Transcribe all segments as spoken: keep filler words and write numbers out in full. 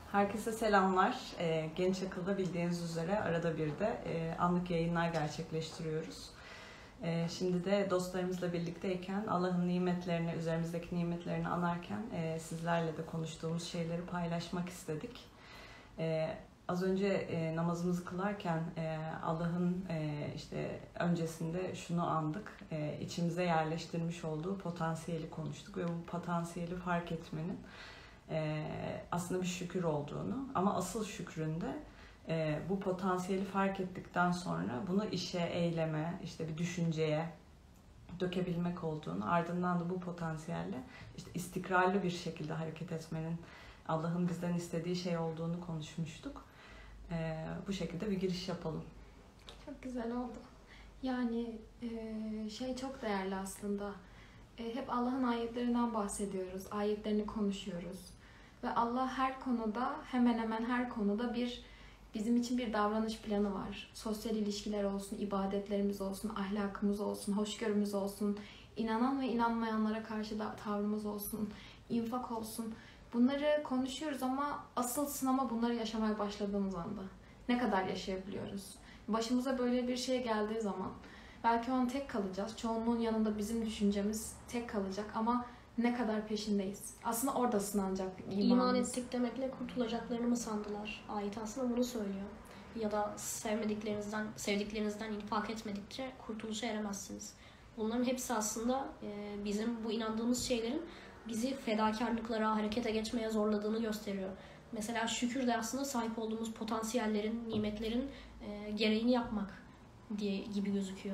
Herkese selamlar. E, Genç Akıl'da bildiğiniz üzere arada bir de e, anlık yayınlar gerçekleştiriyoruz. E, şimdi de dostlarımızla birlikteyken Allah'ın nimetlerini, üzerimizdeki nimetlerini anarken e, sizlerle de konuştuğumuz şeyleri paylaşmak istedik. E, az önce e, namazımızı kılarken e, Allah'ın e, işte öncesinde şunu andık. E, içimize yerleştirmiş olduğu potansiyeli konuştuk ve bu potansiyeli fark etmenin Ee, aslında bir şükür olduğunu, ama asıl şükründe e, bu potansiyeli fark ettikten sonra bunu işe, eyleme, işte bir düşünceye dökebilmek olduğunu, ardından da bu potansiyelle işte istikrarlı bir şekilde hareket etmenin Allah'ın bizden istediği şey olduğunu konuşmuştuk. Ee, bu şekilde bir giriş yapalım. Çok güzel oldu. Yani şey çok değerli aslında. Hep Allah'ın ayetlerinden bahsediyoruz, ayetlerini konuşuyoruz. Ve Allah her konuda, hemen hemen her konuda bir bizim için bir davranış planı var. Sosyal ilişkiler olsun, ibadetlerimiz olsun, ahlakımız olsun, hoşgörümüz olsun, inanan ve inanmayanlara karşı da tavrımız olsun, infak olsun. Bunları konuşuyoruz ama asıl sınama bunları yaşamaya başladığımız anda. Ne kadar yaşayabiliyoruz? Başımıza böyle bir şey geldiği zaman belki o an tek kalacağız. Çoğunluğun yanında bizim düşüncemiz tek kalacak ama ne kadar peşindeyiz? Aslında orada sınanacak imanımız. İman ettik demekle kurtulacaklarını mı sandılar? Ayet aslında bunu söylüyor. Ya da sevmediklerinizden, sevdiklerinizden infak etmedikçe kurtuluşa eremezsiniz. Bunların hepsi aslında bizim bu inandığımız şeylerin bizi fedakarlıklara, harekete geçmeye zorladığını gösteriyor. Mesela şükür de aslında sahip olduğumuz potansiyellerin, nimetlerin gereğini yapmak diye gibi gözüküyor.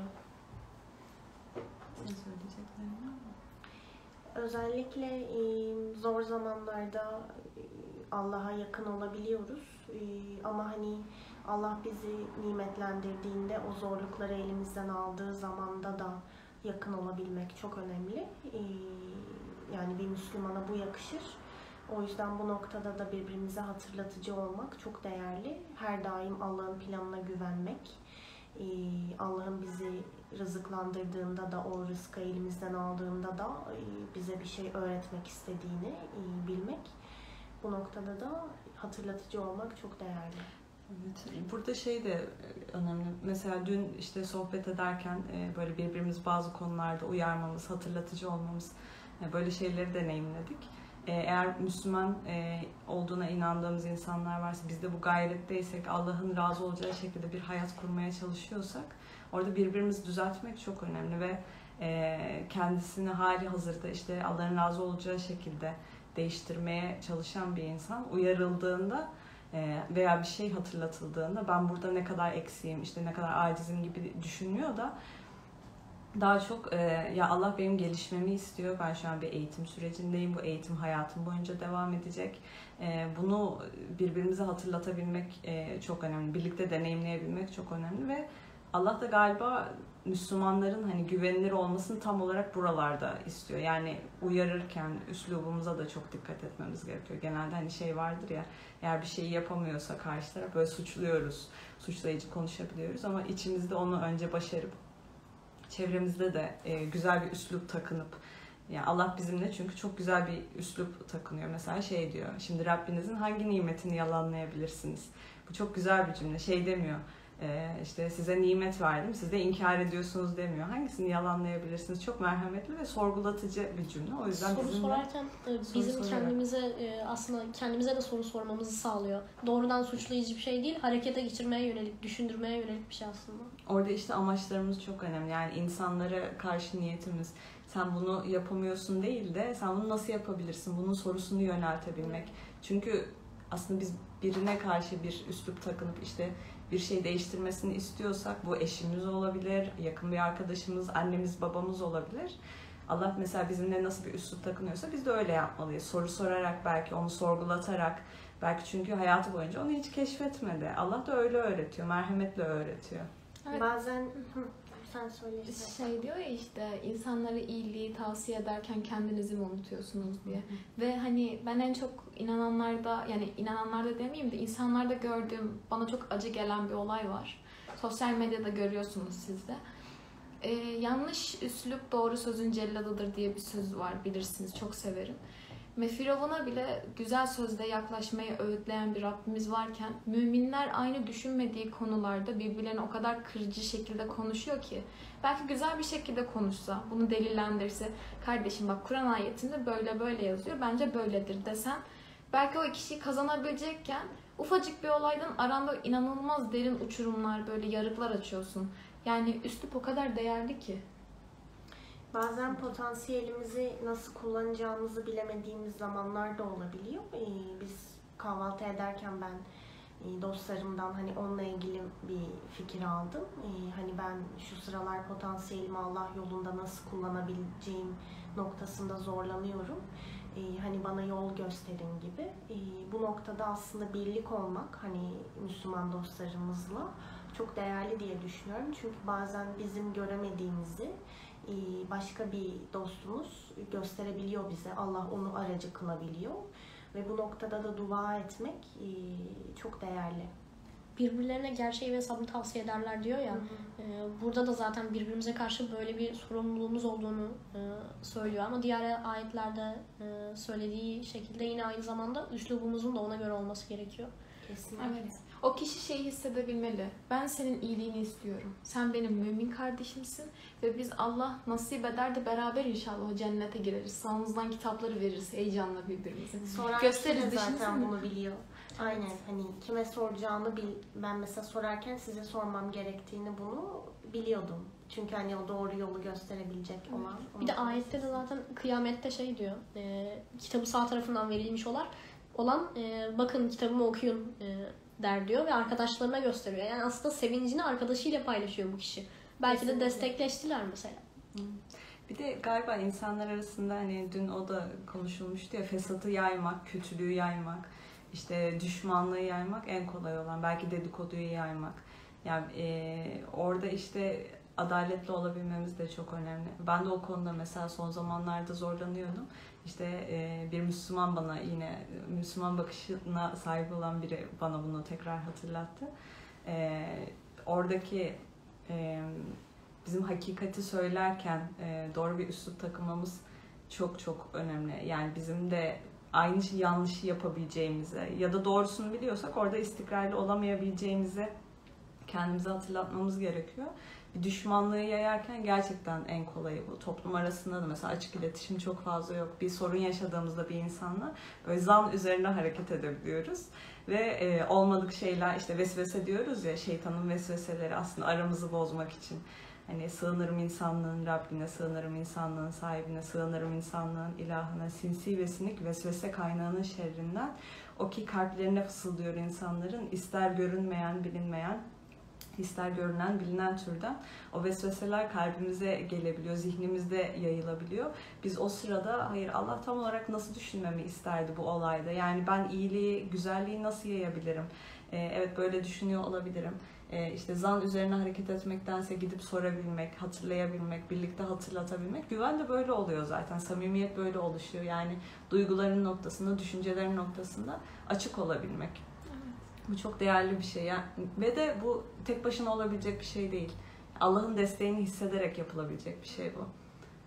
Siz söyleyeceklerim var mı? Özellikle zor zamanlarda Allah'a yakın olabiliyoruz. Ama hani Allah bizi nimetlendirdiğinde o zorlukları elimizden aldığı zamanda da yakın olabilmek çok önemli. Yani bir Müslümana bu yakışır. O yüzden bu noktada da birbirimize hatırlatıcı olmak çok değerli. Her daim Allah'ın planına güvenmek. Allah'ın bizi rızıklandırdığında da, o rızkı elimizden aldığında da bize bir şey öğretmek istediğini bilmek. Bu noktada da hatırlatıcı olmak çok değerli. Evet, burada şey de önemli. Mesela dün işte sohbet ederken böyle birbirimiz bazı konularda uyarmamız, hatırlatıcı olmamız, böyle şeyleri deneyimledik. Eğer Müslüman olduğuna inandığımız insanlar varsa, biz de bu gayretteysek, Allah'ın razı olacağı şekilde bir hayat kurmaya çalışıyorsak, orada birbirimizi düzeltmek çok önemli ve kendisini hali hazırda işte Allah'ın razı olacağı şekilde değiştirmeye çalışan bir insan uyarıldığında veya bir şey hatırlatıldığında ben burada ne kadar eksiğim, işte ne kadar acizim gibi düşünmüyor da daha çok e, ya Allah benim gelişmemi istiyor. Ben şu an bir eğitim sürecindeyim. Bu eğitim hayatım boyunca devam edecek. E, bunu birbirimize hatırlatabilmek e, çok önemli. Birlikte deneyimleyebilmek çok önemli ve Allah da galiba Müslümanların hani güvenilir olmasını tam olarak buralarda istiyor. Yani uyarırken üslubumuza da çok dikkat etmemiz gerekiyor. Genelde hani şey vardır ya, eğer bir şeyi yapamıyorsa karşı taraf böyle suçluyoruz. Suçlayıcı konuşabiliyoruz ama içimizde onu önce başarıp çevremizde de e, güzel bir üslup takınıp, yani Allah bizimle çünkü çok güzel bir üslup takınıyor. Mesela şey diyor, şimdi Rabbinizin hangi nimetini yalanlayabilirsiniz? Bu çok güzel bir cümle. Şey demiyor, e, işte size nimet verdim, siz de inkar ediyorsunuz demiyor. Hangisini yalanlayabilirsiniz? Çok merhametli ve sorgulatıcı bir cümle. O yüzden soru sorarken bizim soru kendimize aslında kendimize de soru sormamızı sağlıyor. Doğrudan suçlayıcı bir şey değil, harekete geçirmeye yönelik, düşündürmeye yönelik bir şey aslında. Orada işte amaçlarımız çok önemli. Yani insanlara karşı niyetimiz, sen bunu yapamıyorsun değil de sen bunu nasıl yapabilirsin? Bunun sorusunu yöneltebilmek. Çünkü aslında biz birine karşı bir üslup takınıp işte bir şey değiştirmesini istiyorsak, bu eşimiz olabilir, yakın bir arkadaşımız, annemiz, babamız olabilir. Allah mesela bizimle nasıl bir üslup takınıyorsa biz de öyle yapmalıyız. Soru sorarak, belki onu sorgulatarak, belki çünkü hayatı boyunca onu hiç keşfetmedi. Allah da öyle öğretiyor, merhametle öğretiyor. Evet. Bazen sen söyle. Şey diyor ya işte, insanlara iyiliği tavsiye ederken kendinizi mi unutuyorsunuz diye. Hı hı. Ve hani ben en çok inananlarda, yani inananlarda demeyeyim de insanlarda gördüğüm, bana çok acı gelen bir olay var. Sosyal medyada görüyorsunuz siz de. Ee, yanlış üslup doğru sözün celladıdır diye bir söz var, bilirsiniz, çok severim. Mefiravun'a bile güzel sözle yaklaşmaya öğütleyen bir Rabbimiz varken müminler aynı düşünmediği konularda birbirlerine o kadar kırıcı şekilde konuşuyor ki belki güzel bir şekilde konuşsa, bunu delillendirse, kardeşim bak Kur'an ayetinde böyle böyle yazıyor, bence böyledir desen, belki o kişiyi kazanabilecekken ufacık bir olaydan aranda inanılmaz derin uçurumlar, böyle yarıklar açıyorsun. Yani üslup o kadar değerli ki. Bazen potansiyelimizi nasıl kullanacağımızı bilemediğimiz zamanlar da olabiliyor. Ee, biz kahvaltı ederken ben e, dostlarımdan hani onunla ilgili bir fikir aldım. Ee, hani ben şu sıralar potansiyelimi Allah yolunda nasıl kullanabileceğim noktasında zorlanıyorum. Ee, hani bana yol gösterin gibi. Ee, bu noktada aslında birlik olmak hani Müslüman dostlarımızla çok değerli diye düşünüyorum. Çünkü bazen bizim göremediğimizi başka bir dostumuz gösterebiliyor bize. Allah onu aracı kılabiliyor. Ve bu noktada da dua etmek çok değerli. Birbirlerine gerçeği ve sabrı tavsiye ederler diyor ya. Hı hı. Burada da zaten birbirimize karşı böyle bir sorumluluğumuz olduğunu söylüyor. Ama diğer ayetlerde söylediği şekilde yine aynı zamanda üslubumuzun da ona göre olması gerekiyor. Kesinlikle. Evet. O kişi şeyi hissedebilmeli. Ben senin iyiliğini istiyorum. Sen benim mümin kardeşimsin ve biz Allah nasip eder de beraber inşallah o cennete gireriz. Sağımızdan kitapları veririz heyecanla birbirimize. Soran gösteririz kişi de zaten mi? bunu biliyor. Aynen hani kime soracağını bil. Ben mesela sorarken size sormam gerektiğini bunu biliyordum. Çünkü hani o doğru yolu gösterebilecek olan. Bir de ayette de zaten kıyamette şey diyor. E, kitabı sağ tarafından verilmiş olan olan e, bakın kitabımı okuyun e, der diyor ve arkadaşlarına gösteriyor. Yani aslında sevincini arkadaşıyla paylaşıyor bu kişi. Belki Kesinlikle. de destekleştiler mesela. Bir de galiba insanlar arasında hani dün o da konuşulmuştu ya, fesatı yaymak, kötülüğü yaymak, işte düşmanlığı yaymak en kolay olan, belki dedikoduyu yaymak. Yani e, orada işte adaletli olabilmemiz de çok önemli. Ben de o konuda mesela son zamanlarda zorlanıyordum. İşte e, bir Müslüman bana yine Müslüman bakışına sahip olan biri bana bunu tekrar hatırlattı. E, oradaki e, bizim hakikati söylerken e, doğru bir üslup takılmamız çok çok önemli. Yani bizim de aynı yanlışı yapabileceğimize ya da doğrusunu biliyorsak orada istikrarlı olamayabileceğimize kendimize hatırlatmamız gerekiyor. Bir düşmanlığı yayarken gerçekten en kolayı bu. Toplum arasında da mesela açık iletişim çok fazla yok. Bir sorun yaşadığımızda bir insanla böyle zan üzerine hareket edebiliyoruz. Ve e, olmadık şeyler, işte vesvese diyoruz ya, şeytanın vesveseleri aslında aramızı bozmak için. Hani sığınırım insanlığın Rabbine, sığınırım insanlığın sahibine, sığınırım insanlığın ilahına, sinsi ve sinik vesvese kaynağının şerrinden. O ki kalplerine fısıldıyor insanların, ister görünmeyen, bilinmeyen, ister görünen, bilinen türden o vesveseler kalbimize gelebiliyor, zihnimizde yayılabiliyor. Biz o sırada hayır Allah tam olarak nasıl düşünmemi isterdi bu olayda? Yani ben iyiliği, güzelliği nasıl yayabilirim? Ee, evet böyle düşünüyor olabilirim. Ee, işte zan üzerine hareket etmektense gidip sorabilmek, hatırlayabilmek, birlikte hatırlatabilmek. Güven de böyle oluyor zaten. Samimiyet böyle oluşuyor. Yani duyguların noktasında, düşüncelerin noktasında açık olabilmek. Bu çok değerli bir şey. Yani, ve de bu tek başına olabilecek bir şey değil. Allah'ın desteğini hissederek yapılabilecek bir şey bu.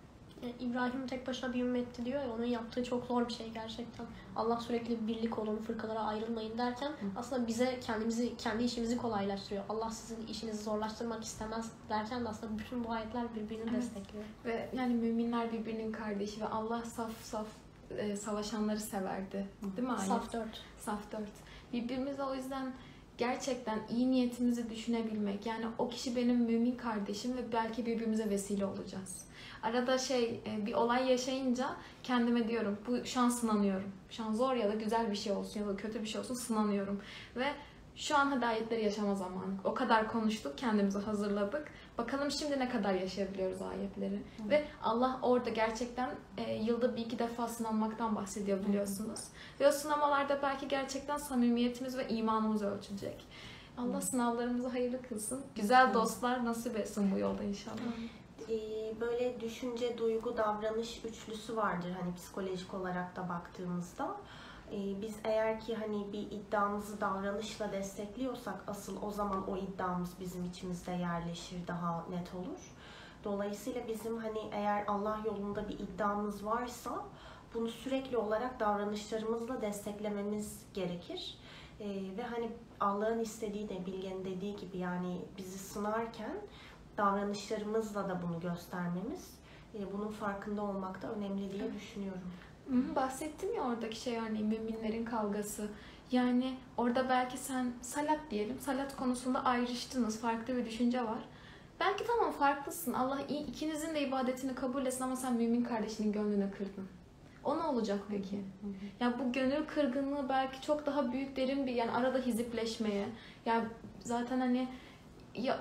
İbrahim tek başına bir ümmetti diyor ya, onun yaptığı çok zor bir şey gerçekten. Allah sürekli birlik olun, fırkalara ayrılmayın derken aslında bize kendimizi, kendi işimizi kolaylaştırıyor. Allah sizin işinizi zorlaştırmak istemez derken de aslında bütün bu ayetler birbirini evet. destekliyor. Ve yani müminler birbirinin kardeşi ve Allah saf saf e, savaşanları severdi. Değil mi ayet? Saf dört. Saf dört. Birbirimize o yüzden gerçekten iyi niyetimizi düşünebilmek. Yani o kişi benim mümin kardeşim ve belki birbirimize vesile olacağız. Arada şey bir olay yaşayınca kendime diyorum bu şu an sınanıyorum. Şu an zor ya da güzel bir şey olsun ya da kötü bir şey olsun sınanıyorum. Ve şu an hadi ayetleri yaşama zamanı. O kadar konuştuk, kendimizi hazırladık. Bakalım şimdi ne kadar yaşayabiliyoruz ayetleri. Hı. Ve Allah orada gerçekten e, yılda bir iki defa sınanmaktan bahsediyor biliyorsunuz. Hı. Ve o sınamalarda belki gerçekten samimiyetimiz ve imanımız ölçülecek. Allah Hı. sınavlarımızı hayırlı kılsın. Güzel Hı. dostlar nasip etsin bu yolda inşallah. Hı. Böyle düşünce, duygu, davranış üçlüsü vardır hani psikolojik olarak da baktığımızda. Biz eğer ki hani bir iddiamızı davranışla destekliyorsak asıl o zaman o iddiamız bizim içimizde yerleşir, daha net olur. Dolayısıyla bizim hani eğer Allah yolunda bir iddiamız varsa bunu sürekli olarak davranışlarımızla desteklememiz gerekir. Ee, ve hani Allah'ın istediği de, Bilge'nin dediği gibi, yani bizi sınarken davranışlarımızla da bunu göstermemiz, e, bunun farkında olmak da önemli diye düşünüyorum. Hı, bahsettim ya oradaki şey, yani müminlerin kavgası. Yani orada belki sen salat diyelim, salat konusunda ayrıştınız, farklı bir düşünce var. Belki tamam farklısın, Allah ikinizin de ibadetini kabul etsin ama sen mümin kardeşinin gönlünü kırdın. O ne olacak peki? Hı hı. Ya bu gönül kırgınlığı belki çok daha büyük, derin bir, yani arada hizipleşmeye. Yani zaten hani ya,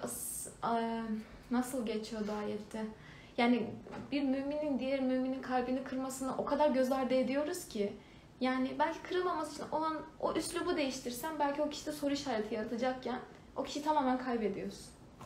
nasıl geçiyordu ayette? Yani bir müminin diğer müminin kalbini kırmasına o kadar göz ardı ediyoruz ki. Yani belki kırılmaması için olan o üslubu değiştirsen belki o kişide soru işareti yaratacakken o kişiyi tamamen kaybediyorsun.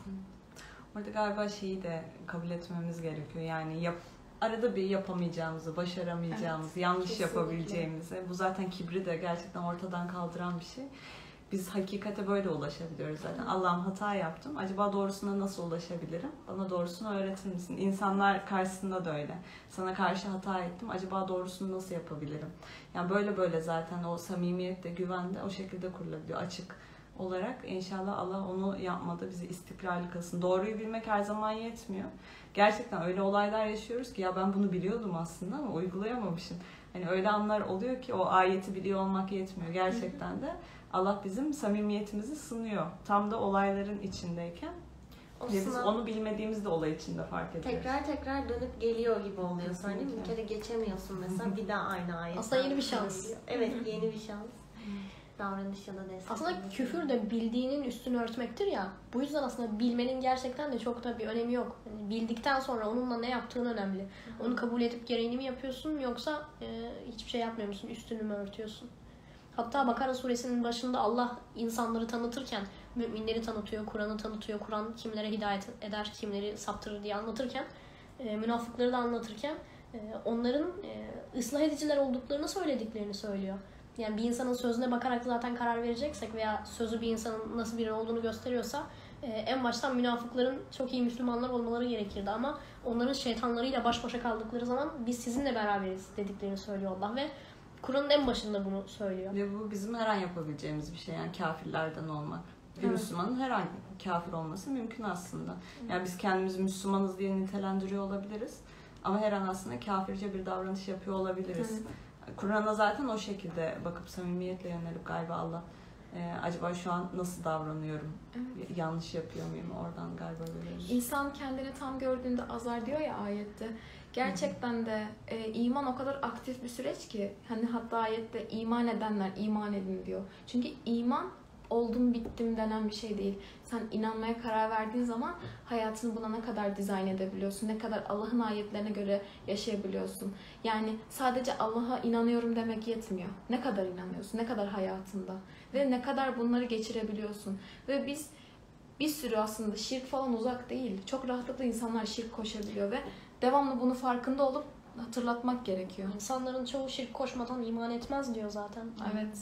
Orada galiba şeyi de kabul etmemiz gerekiyor. Yani yap, arada bir yapamayacağımızı, başaramayacağımızı, evet, yanlış kesinlikle yapabileceğimizi. Bu zaten kibri de gerçekten ortadan kaldıran bir şey. Biz hakikate böyle ulaşabiliyoruz zaten. Allah'ım hata yaptım. Acaba doğrusuna nasıl ulaşabilirim? Bana doğrusunu öğretir misin? İnsanlar karşısında da öyle. Sana karşı hata ettim. Acaba doğrusunu nasıl yapabilirim? Yani böyle böyle zaten o samimiyet de, güven de o şekilde kurulabiliyor. Açık olarak inşallah Allah onu yapmada bizi istikrarlı kılsın. Doğruyu bilmek her zaman yetmiyor. Gerçekten öyle olaylar yaşıyoruz ki ya ben bunu biliyordum aslında ama uygulayamamışım. Hani öyle anlar oluyor ki o ayeti biliyor olmak yetmiyor. Gerçekten de Allah bizim samimiyetimizi sınıyor. Tam da olayların içindeyken. Ve biz onu bilmediğimizde olay içinde fark ediyoruz. Tekrar tekrar dönüp geliyor gibi oluyorsun. Hani bir kere geçemiyorsun mesela, bir daha aynı ayet. Aslında yeni bir şans. Evet, yeni bir şans. Davranış ya da destek. Aslında küfür de bildiğinin üstünü örtmektir ya. Bu yüzden aslında bilmenin gerçekten de çok da bir önemi yok. Yani bildikten sonra onunla ne yaptığın önemli. Onu kabul edip gereğini mi yapıyorsun, yoksa e, hiçbir şey yapmıyor musun? Üstünü mü örtüyorsun? Hatta Bakara suresinin başında Allah insanları tanıtırken, müminleri tanıtıyor, Kur'an'ı tanıtıyor, Kur'an kimlere hidayet eder, kimleri saptırır diye anlatırken, e, münafıkları da anlatırken e, onların e, ıslah ediciler olduklarını söylediklerini söylüyor. Yani bir insanın sözüne bakarak zaten karar vereceksek veya sözü bir insanın nasıl biri olduğunu gösteriyorsa e, en baştan münafıkların çok iyi Müslümanlar olmaları gerekirdi ama onların şeytanlarıyla baş başa kaldıkları zaman biz sizinle beraberiz dediklerini söylüyor Allah ve Kur'an'ın en başında bunu söylüyor. Ve bu bizim her an yapabileceğimiz bir şey, yani kafirlerden olmak. Bir evet. Müslümanın her an kafir olması mümkün aslında. Yani biz kendimizi Müslümanız diye nitelendiriyor olabiliriz ama her an aslında kafirce bir davranış yapıyor olabiliriz. Evet. Kur'an'a zaten o şekilde bakıp samimiyetle yönelip galiba Allah e, acaba şu an nasıl davranıyorum? Evet. Yanlış yapıyor muyum? Oradan galiba görüyoruz. İnsan kendini tam gördüğünde azar diyor ya ayette. Gerçekten de e, iman o kadar aktif bir süreç ki, hani hatta ayette iman edenler iman edin diyor. Çünkü iman oldum bittim denen bir şey değil. Sen inanmaya karar verdiğin zaman hayatını buna ne kadar dizayn edebiliyorsun, ne kadar Allah'ın ayetlerine göre yaşayabiliyorsun. Yani sadece Allah'a inanıyorum demek yetmiyor. Ne kadar inanıyorsun, ne kadar hayatında ve ne kadar bunları geçirebiliyorsun. Ve biz bir sürü aslında şirk falan uzak değil. Çok rahatlıkla insanlar şirk koşabiliyor ve devamlı bunu farkında olup hatırlatmak gerekiyor. İnsanların çoğu şirk koşmadan iman etmez diyor zaten. Evet.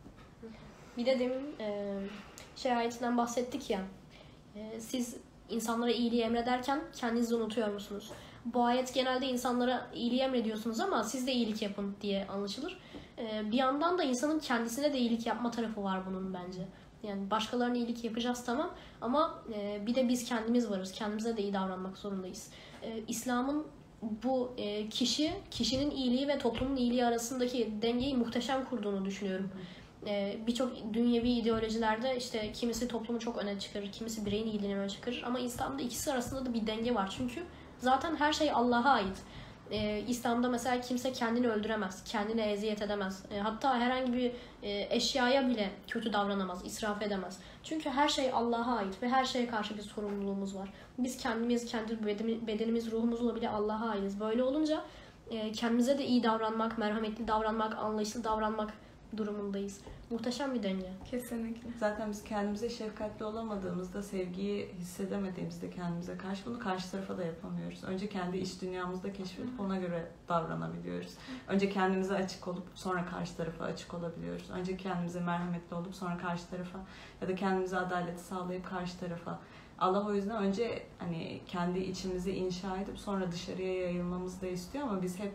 Bir de demin e, şey ayetinden bahsettik ya. E, siz insanlara iyiliği emrederken kendinizi unutuyor musunuz? Bu ayet genelde insanlara iyiliği emrediyorsunuz ama siz de iyilik yapın diye anlaşılır. E, bir yandan da insanın kendisine de iyilik yapma tarafı var bunun bence. Yani başkalarına iyilik yapacağız tamam ama e, bir de biz kendimiz varız. Kendimize de iyi davranmak zorundayız. E, İslam'ın bu e, kişi, kişinin iyiliği ve toplumun iyiliği arasındaki dengeyi muhteşem kurduğunu düşünüyorum. E, Birçok dünyevi ideolojilerde işte kimisi toplumu çok öne çıkarır, kimisi bireyin iyiliğini öne çıkarır ama İslam'da ikisi arasında da bir denge var. Çünkü zaten her şey Allah'a ait. Ee, İslam'da mesela kimse kendini öldüremez, kendine eziyet edemez. Ee, hatta herhangi bir e, eşyaya bile kötü davranamaz, israf edemez. Çünkü her şey Allah'a ait ve her şeye karşı bir sorumluluğumuz var. Biz kendimiz, kendi bedenimiz, ruhumuzla bile Allah'a aitiz. Böyle olunca e, kendimize de iyi davranmak, merhametli davranmak, anlayışlı davranmak durumundayız. Muhteşem bir denge. Kesinlikle. Zaten biz kendimize şefkatli olamadığımızda, sevgiyi hissedemediğimizde kendimize karşı bunu karşı tarafa da yapamıyoruz. Önce kendi iç dünyamızda keşfedip ona göre davranabiliyoruz. Önce kendimize açık olup sonra karşı tarafa açık olabiliyoruz. Önce kendimize merhametli olup sonra karşı tarafa ya da kendimize adaleti sağlayıp karşı tarafa. Allah o yüzden önce hani kendi içimizi inşa edip sonra dışarıya yayılmamızı da istiyor ama biz hep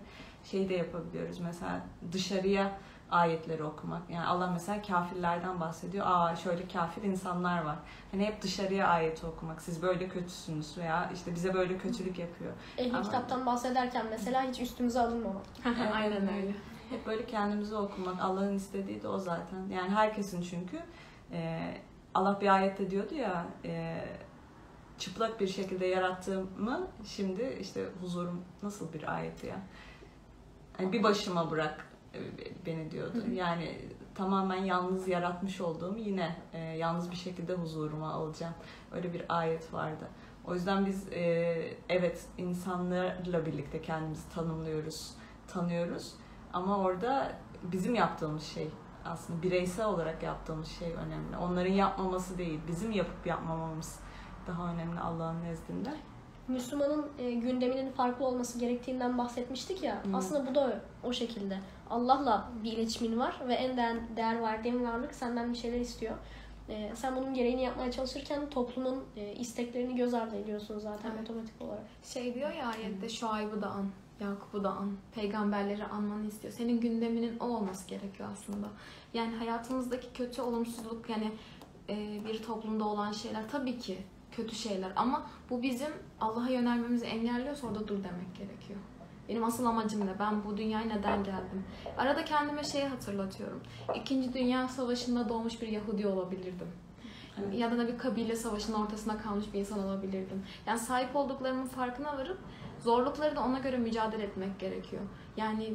şey de yapabiliyoruz. Mesela dışarıya ayetleri okumak. Yani Allah mesela kafirlerden bahsediyor. Aa şöyle kafir insanlar var. Hani hep dışarıya ayeti okumak. Siz böyle kötüsünüz veya işte bize böyle kötülük yapıyor. Ehli Ama- kitaptan bahsederken mesela hiç üstümüze alınmamak. Aynen öyle. Hep böyle kendimizi okumak. Allah'ın istediği de o zaten. Yani herkesin çünkü e, Allah bir ayette diyordu ya e, çıplak bir şekilde yarattığımı şimdi işte huzurum nasıl bir ayetti ya. Yani bir başıma bırak e, beni diyordu. Yani tamamen yalnız yaratmış olduğumu yine e, yalnız bir şekilde huzuruma alacağım. Öyle bir ayet vardı. O yüzden biz e, evet insanlarla birlikte kendimizi tanımlıyoruz, tanıyoruz. Ama orada bizim yaptığımız şey aslında bireysel olarak yaptığımız şey önemli. Onların yapmaması değil, bizim yapıp yapmamamız daha önemli Allah'ın nezdinde. Müslümanın e, gündeminin farklı olması gerektiğinden bahsetmiştik ya. Hı. Aslında bu da o şekilde. Allah'la bir iletişimin var ve en değer, değer verdiğin varlık senden bir şeyler istiyor. E, sen bunun gereğini yapmaya çalışırken toplumun e, isteklerini göz ardı ediyorsun zaten Evet. otomatik olarak. Şey diyor ya ayette Şuayb'ı da an, Yakup'u da an, peygamberleri anmanı istiyor. Senin gündeminin o olması gerekiyor aslında. Yani hayatımızdaki kötü, olumsuzluk yani e, bir toplumda olan şeyler tabii ki kötü şeyler ama bu bizim Allah'a yönelmemizi engelliyorsa orada dur demek gerekiyor. Benim asıl amacım ne? Ben bu dünyaya neden geldim? Arada kendime şeyi hatırlatıyorum. İkinci Dünya Savaşı'nda doğmuş bir Yahudi olabilirdim. Evet. Ya da bir kabile savaşının ortasında kalmış bir insan olabilirdim. Yani sahip olduklarımın farkına varıp zorlukları da ona göre mücadele etmek gerekiyor. Yani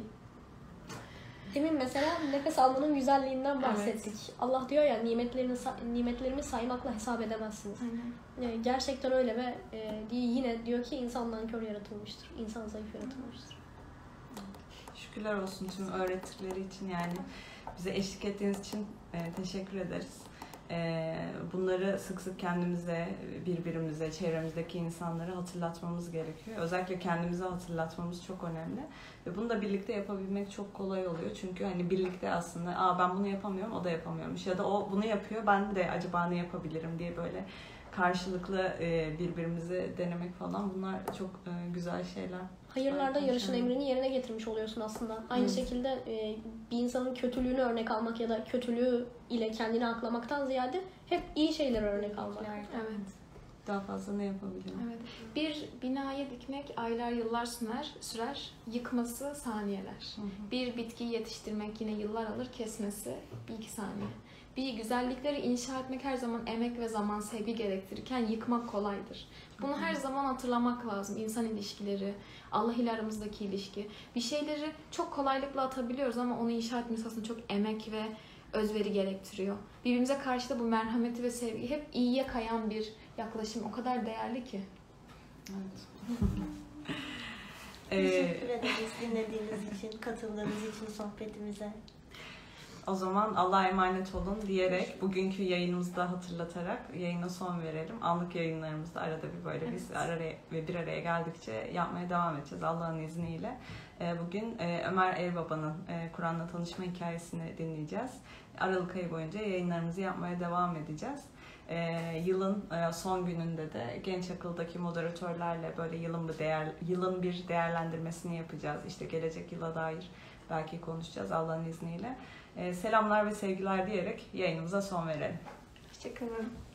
Demin mesela nefes almanın güzelliğinden bahsettik. Allah diyor ya nimetlerini nimetlerimi saymakla hesap edemezsiniz. aynen. E, gerçekten öyle ve e, yine diyor ki insan nankör yaratılmıştır. İnsan zayıf yaratılmıştır. Şükürler olsun tüm öğretileri için yani bize eşlik ettiğiniz için e, teşekkür ederiz. E, bunları sık sık kendimize, birbirimize, çevremizdeki insanlara hatırlatmamız gerekiyor. Özellikle kendimize hatırlatmamız çok önemli. Ve bunu da birlikte yapabilmek çok kolay oluyor. Çünkü hani birlikte aslında aa ben bunu yapamıyorum, o da yapamıyormuş. Ya da o bunu yapıyor, ben de acaba ne yapabilirim diye böyle karşılıklı e, birbirimizi denemek falan bunlar çok e, güzel şeyler. Hayırlarda Aynen. yarışın emrini yerine getirmiş oluyorsun aslında. Aynı Evet. şekilde e, bir insanın kötülüğünü örnek almak ya da kötülüğü ile kendini aklamaktan ziyade hep iyi şeyleri örnek almak. Evet. Daha fazla ne yapabilirim? Evet. Bir binayı dikmek aylar yıllar sürer, sürer. Yıkması saniyeler. Hı hı. Bir bitkiyi yetiştirmek yine yıllar alır, kesmesi bir iki saniye. Bir güzellikleri inşa etmek her zaman emek ve zaman, sevgi gerektirirken yıkmak kolaydır. Bunu her zaman hatırlamak lazım. İnsan ilişkileri, Allah ile aramızdaki ilişki. Bir şeyleri çok kolaylıkla atabiliyoruz ama onu inşa etmesi aslında çok emek ve özveri gerektiriyor. Birbirimize karşı da bu merhameti ve sevgi hep iyiye kayan bir yaklaşım. O kadar değerli ki. Evet. Teşekkür ederiz dinlediğiniz için, katıldığınız için sohbetimize. O zaman Allah'a emanet olun diyerek bugünkü yayınımızda hatırlatarak yayına son verelim. Anlık yayınlarımızda arada bir böyle Evet. biz araya ve bir araya geldikçe yapmaya devam edeceğiz Allah'ın izniyle. Bugün Ömer Erbaba'nın Kur'an'la tanışma hikayesini dinleyeceğiz. Aralık ayı boyunca yayınlarımızı yapmaya devam edeceğiz. Yılın son gününde de Genç Akıl'daki moderatörlerle böyle yılın bir değer yılın bir değerlendirmesini yapacağız. İşte gelecek yıla dair belki konuşacağız Allah'ın izniyle. Selamlar ve sevgiler diyerek yayınımıza son verelim. Hoşçakalın.